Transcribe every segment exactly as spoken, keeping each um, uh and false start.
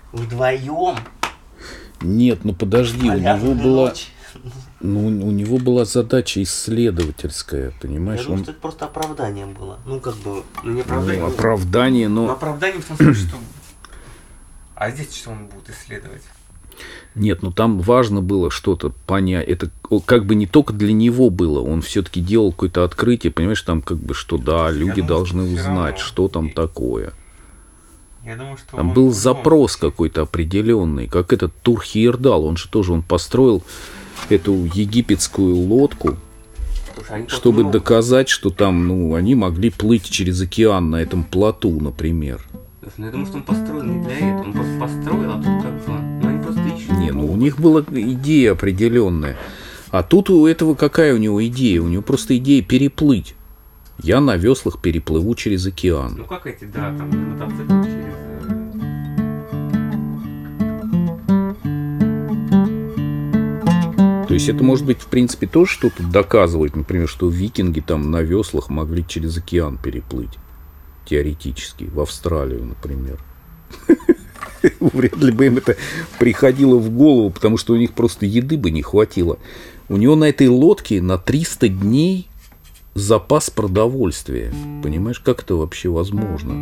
Вдвоем? Нет, ну подожди, у него была... Ну, у него была задача исследовательская, понимаешь? Я думаю, он... что это просто оправдание было. Ну, как бы, ну не оправдание. Ну, оправдание, но... Ну, оправдание в том смысле, что... А здесь что он будет исследовать? Нет, ну там важно было что-то понять. Это как бы не только для него было. Он все-таки делал какое-то открытие, понимаешь, там как бы, что да, люди думаю, должны что узнать, равно... что там такое. Я думаю, что Там он был потом... запрос какой-то определенный, как этот Тур-Хейердал, он же тоже, он построил эту египетскую лодку, Слушай, чтобы доказать, что там, ну, они могли плыть через океан на этом плоту, например. Ну, я думаю, что он построил не для этого. Он просто построил, а тут как бы... Ну, они просто ищут. Не, ну, у них была идея определенная. А тут у этого какая у него идея? У него просто идея переплыть. Я на веслах переплыву через океан. Ну, как эти, да, там, на мотоциклах через... То есть это может быть, в принципе, тоже что-то доказывать, например, что викинги там на веслах могли через океан переплыть. Теоретически. В Австралию, например. Вряд ли бы им это приходило в голову, потому что у них просто еды бы не хватило. У него на этой лодке на триста дней запас продовольствия. Понимаешь, как это вообще возможно?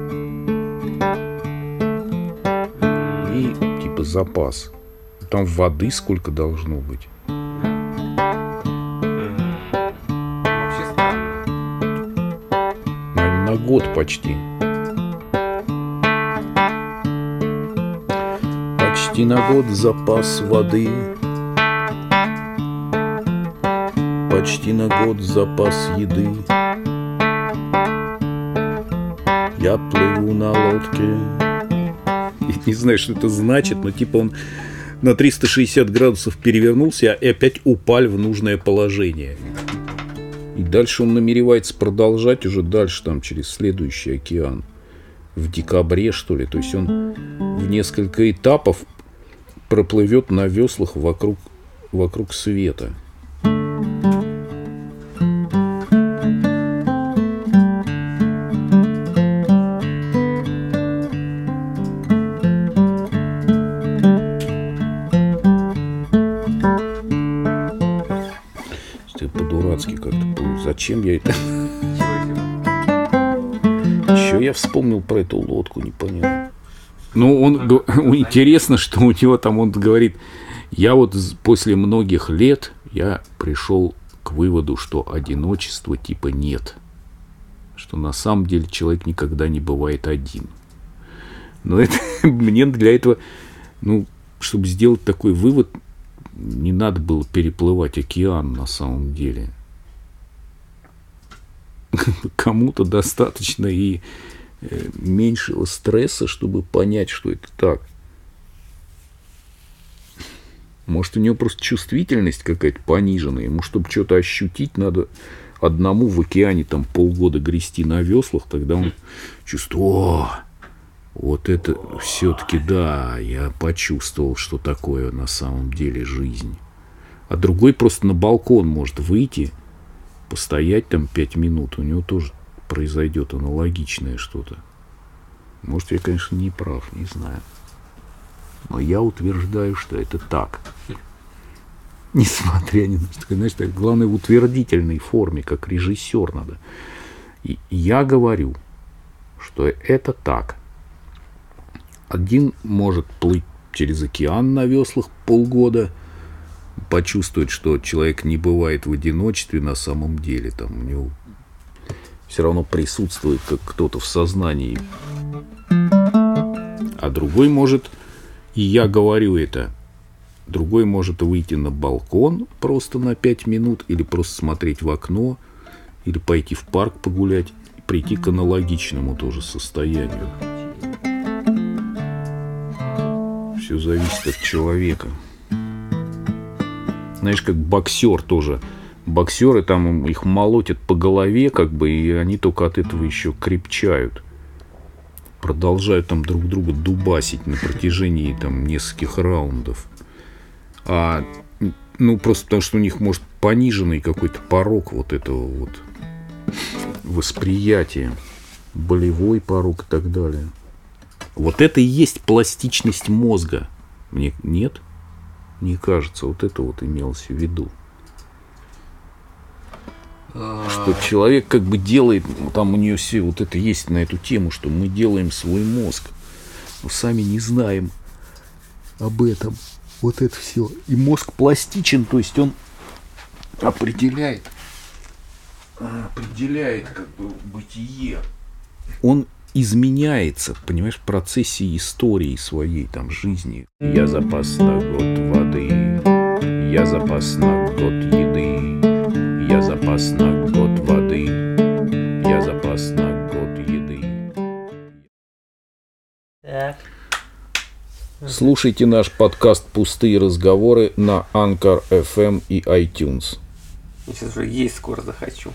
И типа запас. Там воды сколько должно быть? На год почти. Почти на год запас воды. Почти на год запас еды. Я плыву на лодке. Я не знаю, что это значит, но типа он на триста шестьдесят градусов перевернулся и опять упал в нужное положение. И дальше он намеревается продолжать уже дальше, там, через следующий океан. В декабре, что ли. То есть он в несколько этапов проплывет на веслах вокруг, вокруг света. По-дурацки как-то. Зачем я это? Еще я вспомнил про эту лодку, непонятно. Ну, он, интересно, что у него там, он говорит, я вот после многих лет я пришел к выводу, что одиночества типа нет. Что на самом деле человек никогда не бывает один. Но это мне для этого, ну, чтобы сделать такой вывод, не надо было переплывать океан на самом деле. Кому-то достаточно и меньшего стресса, чтобы понять, что это так. Может, у него просто чувствительность какая-то пониженная. Ему, чтобы что-то ощутить, надо одному в океане там полгода грести на веслах, тогда он чувствует, о, вот это все-таки да, я почувствовал, что такое на самом деле жизнь. А другой просто на балкон может выйти, постоять там пять минут, у него тоже произойдет аналогичное что-то. Может, я, конечно, не прав, не знаю. Но я утверждаю, что это так. Несмотря ни на что, знаешь, так, главное в утвердительной форме, как режиссер надо. И я говорю, что это так. Один может плыть через океан на веслах полгода, почувствовать, что человек не бывает в одиночестве на самом деле. Там у него все равно присутствует как кто-то в сознании. А другой может, и я говорю это, другой может выйти на балкон просто на пять минут, или просто смотреть в окно, или пойти в парк погулять, и прийти к аналогичному тоже состоянию. Все зависит от человека. Знаешь, как боксер тоже. Боксеры там их молотят по голове, как бы, и они только от этого еще крепчают. Продолжают там друг друга дубасить на протяжении там нескольких раундов. А, ну, просто потому что у них, может, пониженный какой-то порог вот этого вот восприятия. Болевой порог и так далее. Вот это и есть пластичность мозга. Мне нет? Не кажется, вот это вот имелось в виду. Что человек как бы делает, там у нее все вот это есть на эту тему, что мы делаем свой мозг, но сами не знаем об этом. Вот это все. И мозг пластичен, то есть он определяет, определяет как бы бытие. Он изменяется, понимаешь, в процессе истории своей там жизни. Я запас на год воды, я запас на год еды, я запас на год воды, я запас на год еды. Так. Слушайте наш подкаст «Пустые разговоры» на Anchor эф эм и iTunes. Я сейчас уже есть скоро захочу.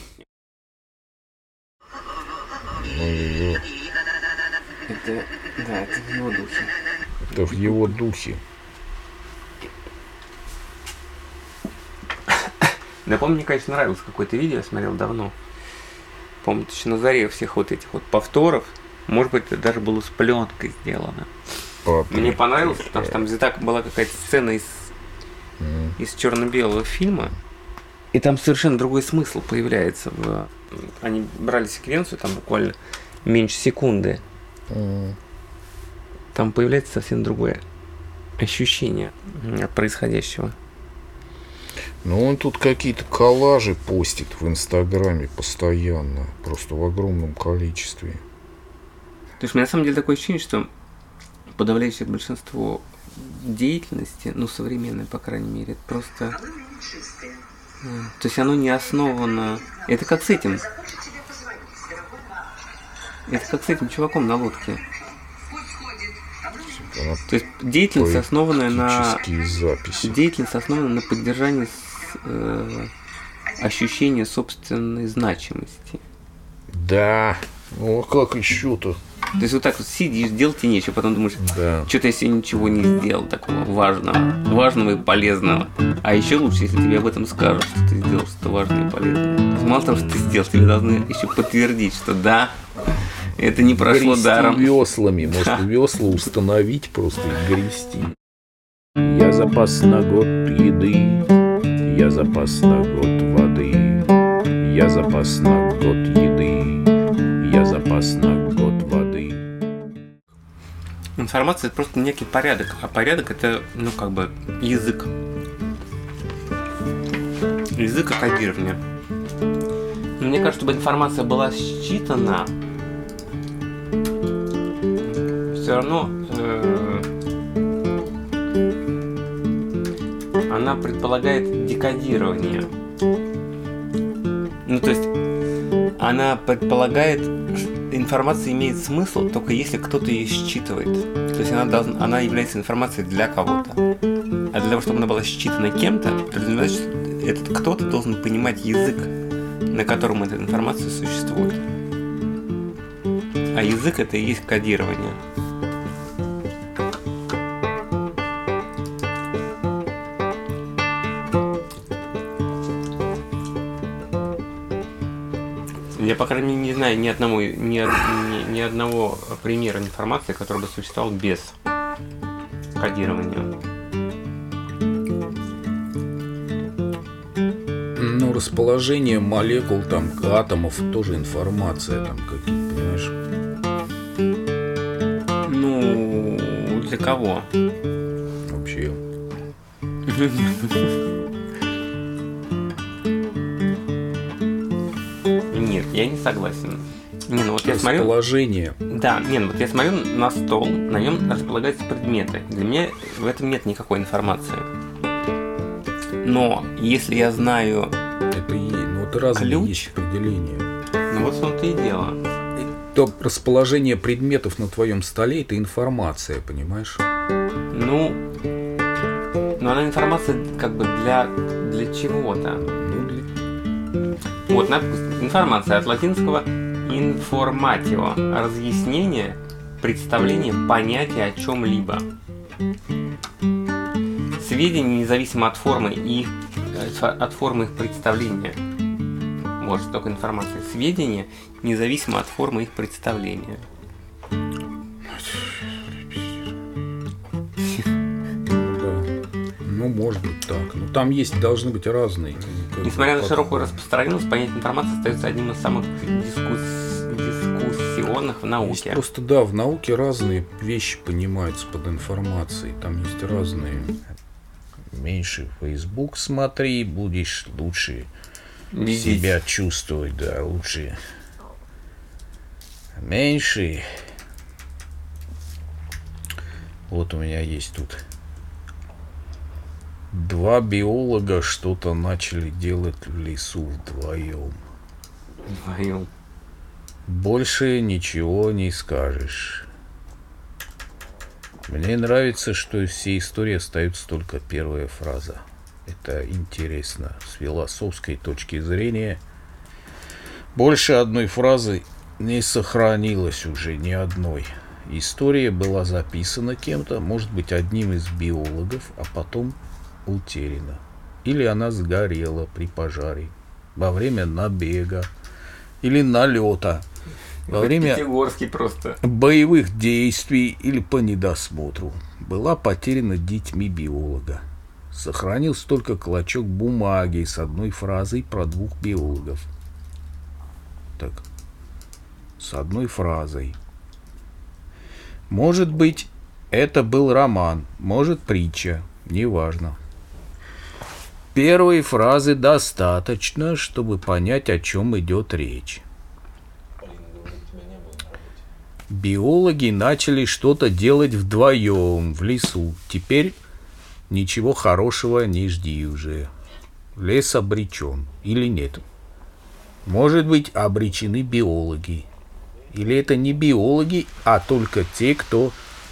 Это, да, это в его духе. Это в его духе. Да, помню, мне, конечно, нравилось какое-то видео, я смотрел давно. Помню, еще на заре всех вот этих вот повторов. Может быть, это даже было с пленкой сделано. Папа. Мне понравилось, потому что там где-то была какая-то сцена из, Mm. из черно-белого фильма. И там совершенно другой смысл появляется. В... Они брали секвенцию, там буквально меньше секунды. Mm. Там появляется совсем другое ощущение от происходящего. Ну, он тут какие-то коллажи постит в Инстаграме постоянно. Просто в огромном количестве. То есть у меня на самом деле такое ощущение, что подавляющее большинство деятельности, ну, современной, по крайней мере, это просто... То есть оно не основано... Это как с этим. Это как с этим чуваком на лодке. То есть деятельность, основанная на... записи. Деятельность, основанная на поддержании с, э, ощущения собственной значимости. Да. Ну, а как еще-то? То есть вот так вот сидишь, делать тебе нечего, потом думаешь, Да. что-то я сегодня ничего не сделал такого важного, важного и полезного. А еще лучше, если тебе об этом скажут, что ты сделал что-то важное и полезное. Мало того, что ты сделал, тебе должны еще подтвердить, что да, это не прошло Грести даром. веслами. Может, весла установить просто и грести. Я запас на год еды, я запас на год воды, я запас на год еды, я запас на год воды. Информация — это просто некий порядок, а порядок — это, ну, как бы, язык. Язык и кодирование. Но мне кажется, чтобы информация была считана, все равно э, она предполагает декодирование. Ну, то есть она предполагает, информация имеет смысл только если кто-то ее считывает. То есть она, должна, она является информацией для кого-то. А для того, чтобы она была считана кем-то, подразумевается, что этот кто-то должен понимать язык, на котором эта информация существует. А язык — это и есть кодирование. Я, по крайней мере, не знаю ни одного, ни, ни, ни одного примера информации, который бы существовал без кодирования. Ну, расположение молекул, там, атомов, тоже информация, там, какие-то, понимаешь? Ну, для кого? Вообще. Нет, я не согласен. Не, ну вот я смотрю... Расположение. Да, не, ну вот я смотрю на стол, на нем располагаются предметы. Для меня в этом нет никакой информации. Но если я знаю... Это и, ну, это разные ключ? есть определения. Ну вот в том-то и дело. То расположение предметов на твоем столе — это информация, понимаешь? Ну... Но она информация как бы для, для чего-то. Ну, для... Вот, допустим, информация от латинского informatio, разъяснение, представление, понятие о чем-либо. Сведения, независимо от формы и их, от формы их представления. Может, только информация. Сведения, независимо от формы их представления. Ну, может быть так. Но там есть, должны быть разные. Несмотря на широкую распространенность, понятие информации остается одним из самых дискусс... дискуссионных в науке. Есть просто, да, в науке разные вещи понимаются под информацией. Там есть разные. Меньше Facebook смотри, будешь лучше Видеть. себя чувствовать, да, лучше. Меньше. Вот у меня есть тут. Два биолога что-то начали делать в лесу вдвоем. Вдвоем. Больше ничего не скажешь. Мне нравится, что из всей истории остается только первая фраза. Это интересно. С философской точки зрения больше одной фразы не сохранилось уже ни одной. История была записана кем-то, может быть, одним из биологов, а потом утеряна. Или она сгорела при пожаре, во время набега или налета, во время Пятигорский просто. боевых действий или по недосмотру. Была потеряна детьми биолога. Сохранился только клочок бумаги с одной фразой про двух биологов. Так, с одной фразой. Может быть, это был роман, может, притча, неважно. Первой фразы достаточно, чтобы понять, о чем идет речь. Биологи начали что-то делать вдвоем в лесу. Теперь ничего хорошего не жди уже. Лес обречен. Или нет? Может быть, обречены биологи. Или это не биологи, а только те, кто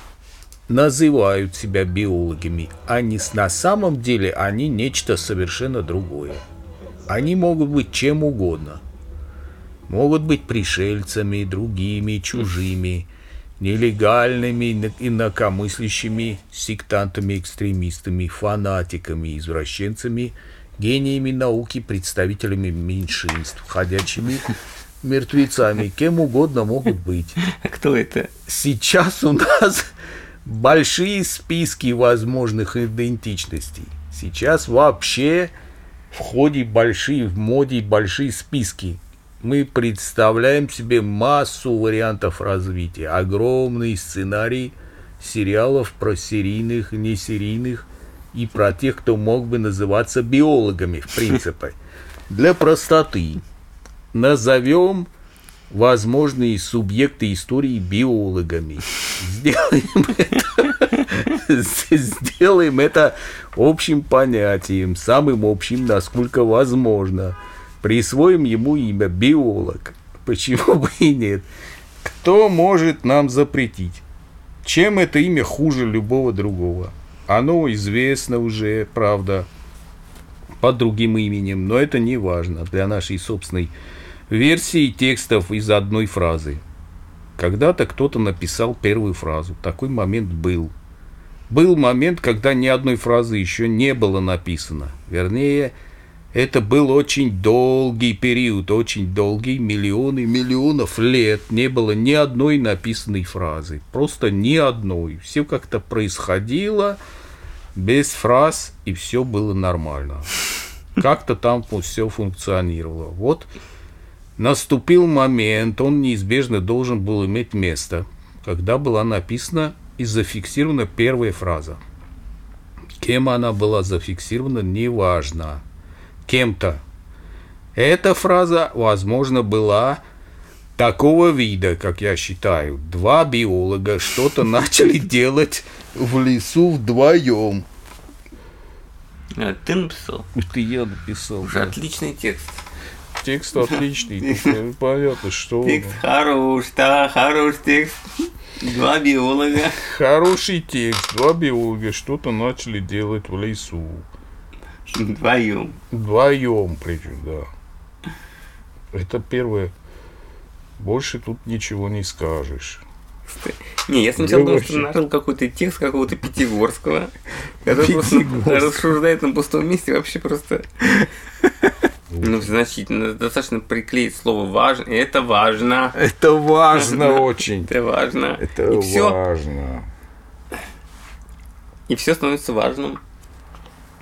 называют себя биологами. Они на самом деле они нечто совершенно другое. Они могут быть чем угодно. Могут быть пришельцами, другими, чужими, нелегальными, инакомыслящими, сектантами, экстремистами, фанатиками, извращенцами, гениями науки, представителями меньшинств, ходячими мертвецами, кем угодно могут быть. Кто это? Сейчас у нас большие списки возможных идентичностей. Сейчас вообще в ходе большие, в моде большие списки. Мы представляем себе массу вариантов развития. Огромный сценарий сериалов про серийных, несерийных и про тех, кто мог бы называться биологами, в принципе. Для простоты назовем возможные субъекты истории биологами. Сделаем это, сделаем это общим понятием, самым общим, насколько возможно. Присвоим ему имя биолог. Почему бы и нет? Кто может нам запретить? Чем это имя хуже любого другого? Оно известно уже, правда, под другим именем, но это не важно для нашей собственной версии текстов из одной фразы. Когда-то кто-то написал первую фразу. Такой момент был. Был момент, когда ни одной фразы еще не было написано. Вернее, это был очень долгий период, очень долгий, миллионы миллионов лет не было ни одной написанной фразы. Просто ни одной. Все как-то происходило без фраз, и все было нормально. Как-то там все функционировало. Вот наступил момент, он неизбежно должен был иметь место, когда была написана и зафиксирована первая фраза. Кем она была зафиксирована, неважно. Кем-то. Эта фраза, возможно, была такого вида, как я считаю. Два биолога что-то начали делать в лесу вдвоем. А, ты написал? Это я написал. Уже да. отличный текст. Текст отличный. Понятно, что... Текст хорош, да, хорош текст. Два биолога. Хороший текст. Два биолога что-то начали делать в лесу. Вдвоем. Вдвоем, причем, да. Это первое. Больше тут ничего не скажешь. Не, я сначала думал, что нашел какой-то текст какого-то Пятигорского, который просто рассуждает на пустом месте, вообще просто... Ну, значительно, достаточно приклеить слово «важно», и это важно. Это важно очень. Это важно. Это и все, важно. и все становится важным.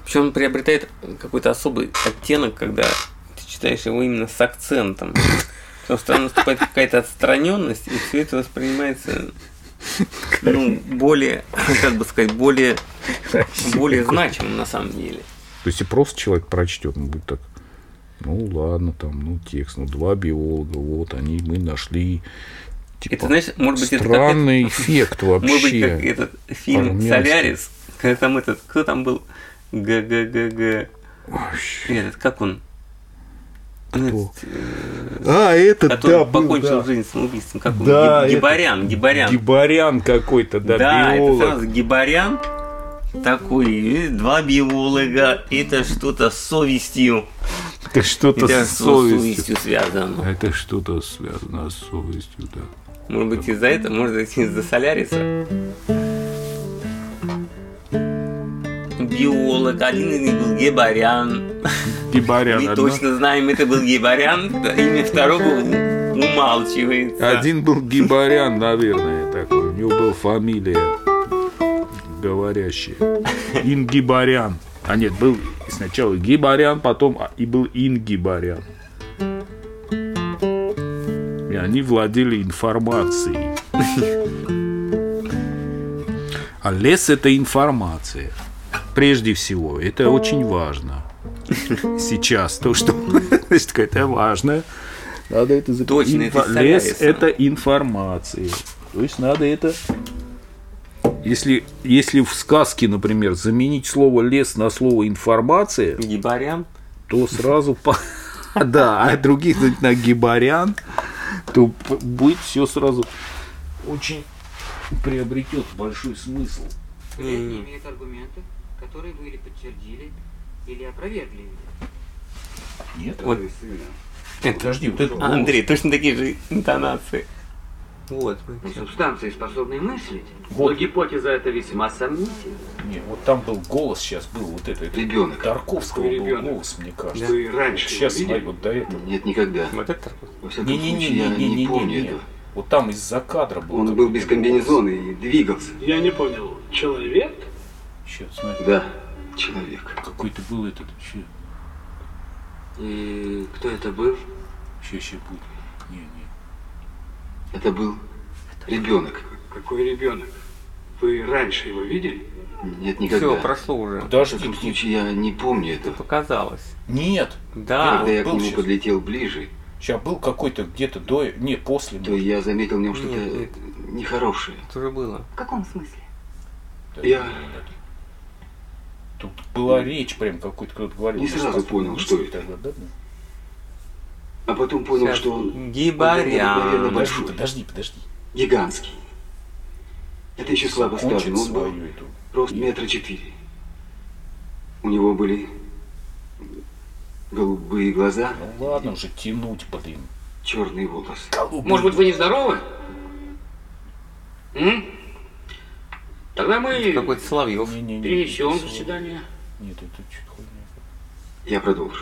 Причем он приобретает какой-то особый оттенок, когда ты читаешь его именно с акцентом. Потому что там наступает какая-то отстраненность, и все это воспринимается, ну, более, как бы сказать, более, более значимым на самом деле. То есть, и просто человек прочтет, он будет так, ну, ладно, там, ну, текст, ну, два биолога, вот, они, мы нашли, типа, это, знаешь, может быть, странный это как эффект вообще. Может быть, как этот фильм армянский. «Солярис», когда там этот, кто там был? Г-г-г-г. Этот, как он? Кто? А, это, который да, был, покончил да. жизнь самоубийством. Как Да, он? Гибарян, Гибарян. Гибарян какой-то, да, Да, биолог. это сразу Гибарян такой, и два биолога, это что-то с совестью. Это что-то Это с с совестью. совестью связано. Это что-то связано с совестью, да. Может быть, из-за этого, может быть, из-за Соляриса. Биолог, один из них был Гибарян. Гибарян. Мы одна- точно знаем, это был Гибарян, имя второго умалчивается. Один был Гибарян, наверное, такой. У него была фамилия говорящая. Ингибарян. А нет, был сначала Гибарян, потом а, и был Ингибарян. И они владели информацией. А лес — это информация. Прежде всего, это очень важно. Сейчас то, что значит, это важно. Надо это записать. Точно, это из Лес Соляриса. — это информация. То есть надо это. Если, если в сказке, например, заменить слово лес на слово информация, Гибарян. то сразу по... да, а других на гибарян, то п- будет все сразу очень приобретет большой смысл. Не-не. имеют аргументы, которые вы или подтвердили, или опровергли. Нет, Вот. подожди, вот это А, Андрей, точно такие же интонации. Вот. Субстанции, способные мыслить. Вот. Но гипотеза эта весьма сомнительна. Не, вот там был голос сейчас был вот это, это Ребенок. Тарковского Какой был ребенок? голос, мне кажется. Вы раньше Сейчас его смотри, видели? вот до этого. Нет, никогда. Вот это Тарков. Во всяком случае, я не Не-не-не-не-не-не-не. помню этого. Вот там из-за кадра был. Он был какой-то без комбинезона и двигался. Я не понял. Человек? голос. Сейчас, смотри, Да, человек. какой-то был этот. Ща, И кто это был? ща, ща будет. Не, не. Это был ребенок. Какой ребенок? Вы раньше его видели? Нет, никогда. Все, прошло уже. В Подожди, всяком где- случае, я не помню этого. Показалось. Нет. Да. Когда я к был нему щас. подлетел ближе, Сейчас был какой-то где-то до. Не, после. то я заметил в нем Нет, что-то нет. нехорошее. Это уже было. В каком смысле? Да, Я- нет. Тут была речь, прям какой-то кто-то говорил. Не может, сразу способный понял, что мыслить это. тогда, да? А потом понял, Сейчас. что он Гибарян. наверное, Подожди, большой, подожди, подожди. гигантский. Это еще слабо Закончит сказано. Он был свою эту. рост метра четыре. У него были голубые глаза, Ну ладно уже тянуть, блин. черные волосы. Может быть, вы не здоровы? М? Тогда мы Какой-то Соловьев. Не-не-не. перенесем Слово. заседание. Нет, это что-то хуйня. Я продолжу.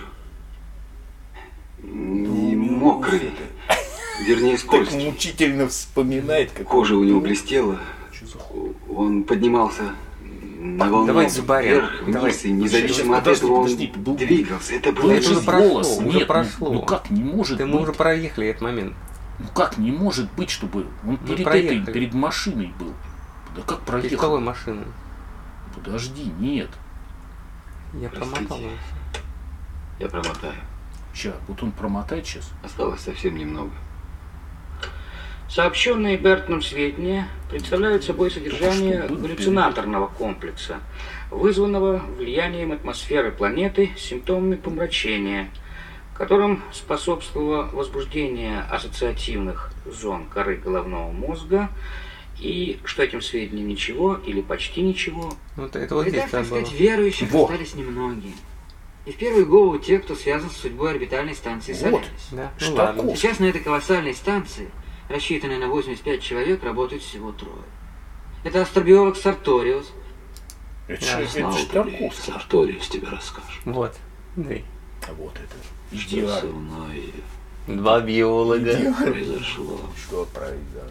Не мокрый, вернее Так скользкий. мучительно вспоминает, как Кожа у него блестела. Что за хуй? Он поднимался на волну Давай Зубарян. вверх, вниз, Давай. и независимо Сейчас, от подожди, этого он подожди, был- двигался. Это Был было Это же уже прошло, голос. уже Нет, ну- прошло. Ну как не может Ты быть? мы уже проехали этот момент. Ну как не может быть, чтобы он Мы перед проехали. этой, перед машиной был? Да как Перед какой проехал? машины? Подожди, нет. Я Простите. промотал его. Я промотаю. Сейчас, вот он промотает сейчас. Осталось совсем немного. Сообщенные Бертоном сведения представляют собой содержание Что было галлюцинаторного комплекса, вызванного влиянием атмосферы планеты с симптомами помрачения, которым способствовало возбуждение ассоциативных зон коры головного мозга, и что этим сведениям ничего или почти ничего. Вот это вот здесь Итак, так было. сказать, верующих Во. остались немногие. И в первую голову те, кто связан с судьбой орбитальной станции Вот. Солярис. Да, ну Что ладно. такое? Сейчас на этой колоссальной станции, рассчитанной на восемьдесят пять человек, работают всего трое. Это астробиолог Сарториус, Это Да, же Слава это ж тебе, Тарковский. Сарториус тебе расскажет. Вот. Андрей. А вот это. Что со Идеально. мной Два биолога. произошло, Что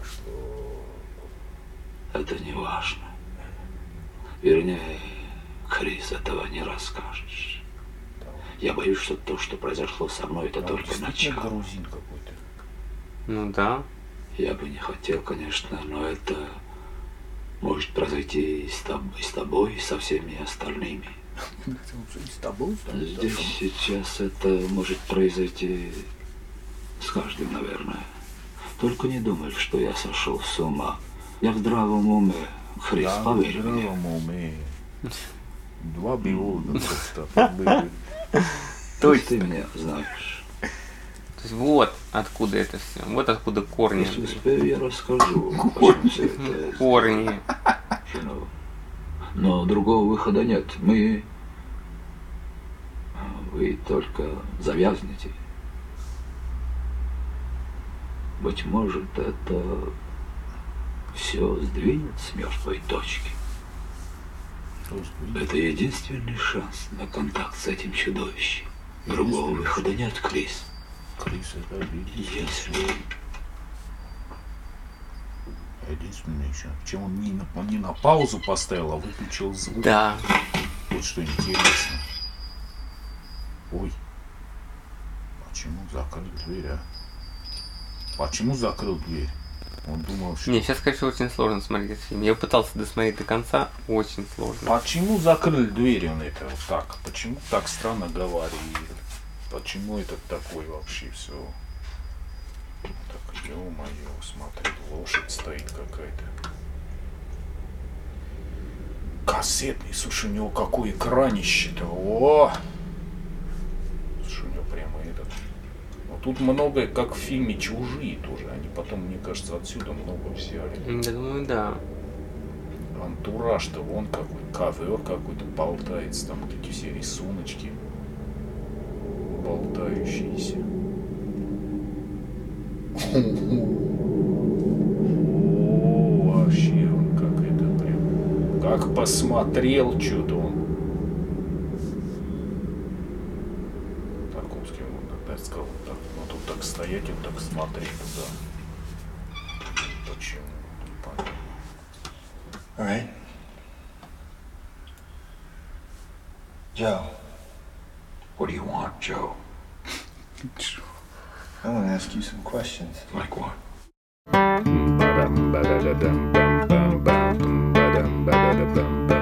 произошло? это не важно. Вернее, Крис, этого не расскажешь. Я боюсь, что то, что произошло со мной, это А только он начало. грузин какой-то. Ну да. Я бы не хотел, конечно, но это может произойти и с, тоб- и с тобой, и со всеми остальными. С тобой? Здесь сейчас это может произойти с каждым, наверное. Только не думай, что я сошел с ума. Я в здравом уме, Хрис, Да, поверь в мне. здравом уме. Два биода просто были. Пусть ты меня знаешь. То есть вот откуда это все. Вот откуда корни. Если успею, я расскажу, почему все это. Корни. Ну, но другого выхода нет. Мы... Вы только завязнете. Быть может, это все сдвинет с мертвой точки. Это единственный шанс на контакт с этим чудовищем. Другого выхода нет, Крис. Крис, это Если... единственное еще. Чем он не на, он не на паузу поставил, а выключил звук. Да. Вот что интересно. Ой. Почему закрыл дверь, а? Почему закрыл дверь? Он думал, что... Не, сейчас, конечно, очень сложно смотреть этот фильм. Я пытался досмотреть до конца, очень сложно. Почему закрыли дверь он это вот так? Почему так странно говорит? Почему это такое вообще все? Так, ё-моё, смотри, лошадь стоит какая-то. Кассетный, слушай, у него какое экранище-то, о! Слушай, у него прямо этот... Ну, тут многое, как в фильме «Чужие» тоже. Они потом, мне кажется, отсюда много взяли. Я думаю, да. Антураж-то вон какой, ковер какой-то болтается, там вот эти все рисуночки болтающиеся. О, вообще он как это прям, как посмотрел что-то он. Тарковский, он тогда сказал, так, ну тут так стоять, он так смотреть туда. Почему? Непонятно. All right. Joe. What do you want, Joe? I want to ask you some questions. Like what? Ba-dum, ba-da-da-dum, bum, bum, bum, ba-dum, ba-da-da-dum, bum.